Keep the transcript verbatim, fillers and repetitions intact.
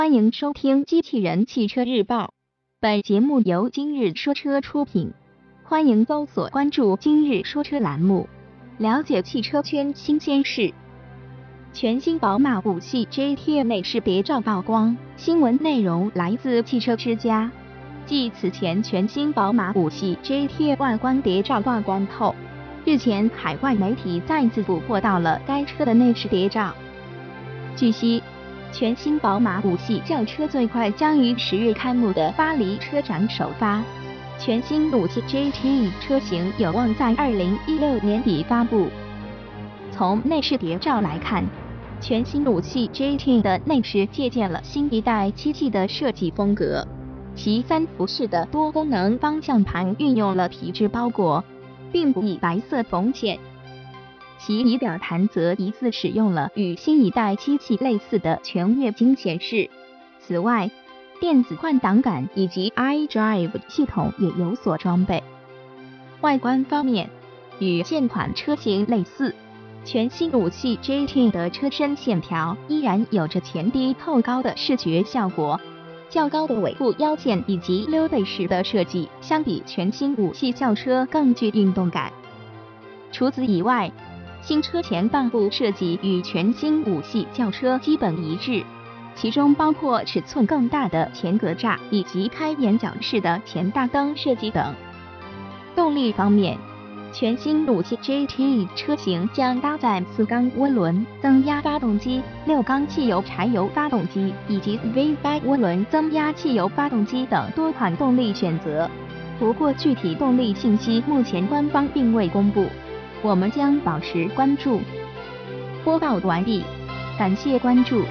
欢迎收听机器人汽车日报，本节目由今日说车出品。欢迎搜索关注今日说车栏目，了解汽车圈新鲜事。全新宝马五系 G T 内饰谍照曝光，新闻内容来自汽车之家。继此前全新宝马五系 G T 外观谍照曝光后，日前海外媒体再次捕获到了该车的内饰谍照。据悉，全新宝马五系轿车最快将于十月开幕的巴黎车展首发，全新五系 G T 车型有望在二零一六年底发布。从内饰谍照来看，全新五系 G T 的内饰借鉴了新一代七系的设计风格，其三辐式的多功能方向盘运用了皮质包裹，并不以白色缝线。其仪表盘则疑似使用了与新一代七系类似的全液晶显示。此外，电子换挡杆以及 iDrive 系统也有所装备。外观方面，与现款车型类似，全新五系 G T 的车身线条依然有着前低后高的视觉效果，较高的尾部腰线以及溜背式的设计，相比全新五系轿车更具运动感。除此以外，新车前半部设计与全新五系轿车基本一致，其中包括尺寸更大的前格栅以及开眼角式的前大灯设计等。动力方面，全新五系 G T 车型将搭载四缸涡轮增压发动机、六缸汽油柴油发动机以及 V 八 涡轮增压汽油发动机等多款动力选择。不过具体动力信息目前官方并未公布，我们将保持关注。播报完毕，感谢关注。